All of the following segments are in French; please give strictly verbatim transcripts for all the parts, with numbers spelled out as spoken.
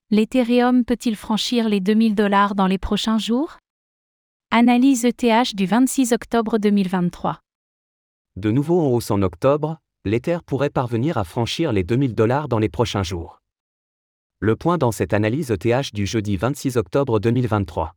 L'Ethereum peut-il franchir les deux mille dollars dans les prochains jours? Analyse E T H du vingt-six octobre deux mille vingt-trois. De nouveau en hausse en octobre, l'Ether pourrait parvenir à franchir les deux mille dollars dans les prochains jours. Le point dans cette analyse E T H du jeudi vingt-six octobre deux mille vingt-trois.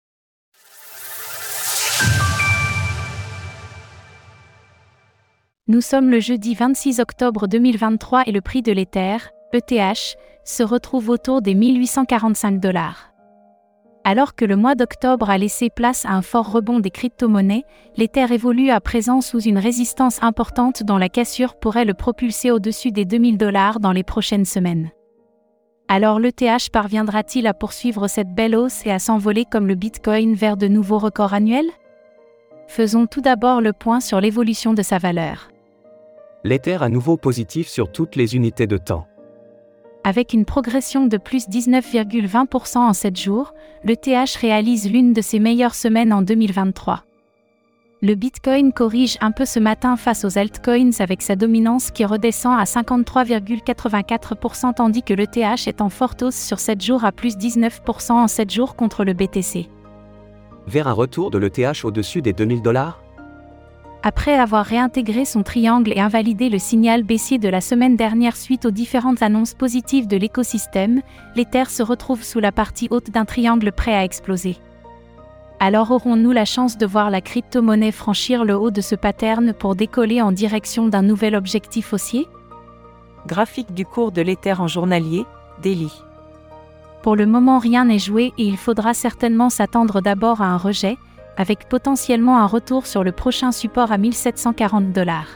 Nous sommes le jeudi vingt-six octobre deux mille vingt-trois et le prix de l'Ether, E T H, se retrouve autour des mille huit cent quarante-cinq dollars. Alors que le mois d'octobre a laissé place à un fort rebond des crypto-monnaies, l'Ether évolue à présent sous une résistance importante dont la cassure pourrait le propulser au-dessus des deux mille dollars dans les prochaines semaines. Alors l'E T H parviendra-t-il à poursuivre cette belle hausse et à s'envoler comme le Bitcoin vers de nouveaux records annuels? Faisons tout d'abord le point sur l'évolution de sa valeur. L'Ether à nouveau positif sur toutes les unités de temps. Avec une progression de plus dix-neuf virgule vingt pour cent en sept jours, l'E T H réalise l'une de ses meilleures semaines en deux mille vingt-trois. Le Bitcoin corrige un peu ce matin face aux altcoins avec sa dominance qui redescend à cinquante-trois virgule quatre-vingt-quatre pour cent tandis que l'E T H est en forte hausse sur sept jours à plus dix-neuf pour cent en sept jours contre le B T C. Vers un retour de l'E T H au-dessus des deux mille dollars? Après avoir réintégré son triangle et invalidé le signal baissier de la semaine dernière suite aux différentes annonces positives de l'écosystème, l'Ether se retrouve sous la partie haute d'un triangle prêt à exploser. Alors aurons-nous la chance de voir la crypto-monnaie franchir le haut de ce pattern pour décoller en direction d'un nouvel objectif haussier? Graphique du cours de l'Ether en journalier, daily. Pour le moment rien n'est joué et il faudra certainement s'attendre d'abord à un rejet, avec potentiellement un retour sur le prochain support à mille sept cent quarante dollars.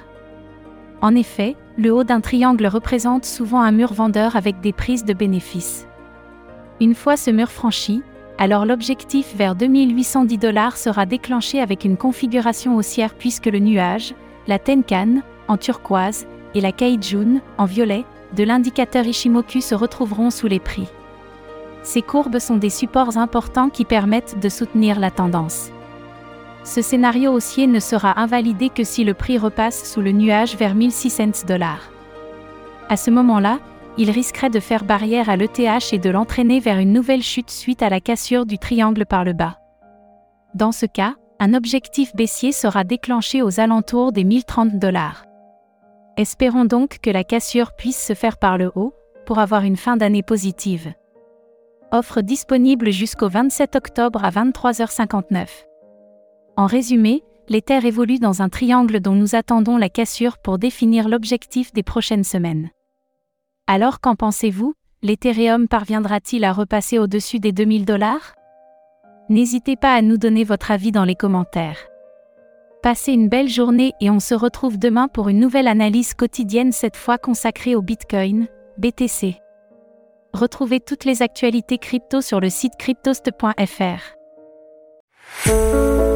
En effet, le haut d'un triangle représente souvent un mur vendeur avec des prises de bénéfices. Une fois ce mur franchi, alors l'objectif vers deux mille huit cent dix dollars sera déclenché avec une configuration haussière puisque le nuage, la Tenkan, en turquoise, et la Kijun, en violet, de l'indicateur Ichimoku se retrouveront sous les prix. Ces courbes sont des supports importants qui permettent de soutenir la tendance. Ce scénario haussier ne sera invalidé que si le prix repasse sous le nuage vers mille six cents dollars. À ce moment-là, il risquerait de faire barrière à l'E T H et de l'entraîner vers une nouvelle chute suite à la cassure du triangle par le bas. Dans ce cas, un objectif baissier sera déclenché aux alentours des mille trente dollars. Espérons donc que la cassure puisse se faire par le haut, pour avoir une fin d'année positive. Offre disponible jusqu'au vingt-sept octobre à vingt-trois heures cinquante-neuf. En résumé, l'Ether évolue dans un triangle dont nous attendons la cassure pour définir l'objectif des prochaines semaines. Alors qu'en pensez-vous, l'Ethereum parviendra-t-il à repasser au-dessus des deux mille dollars? N'hésitez pas à nous donner votre avis dans les commentaires. Passez une belle journée et on se retrouve demain pour une nouvelle analyse quotidienne cette fois consacrée au Bitcoin, B T C. Retrouvez toutes les actualités crypto sur le site cryptost point f r.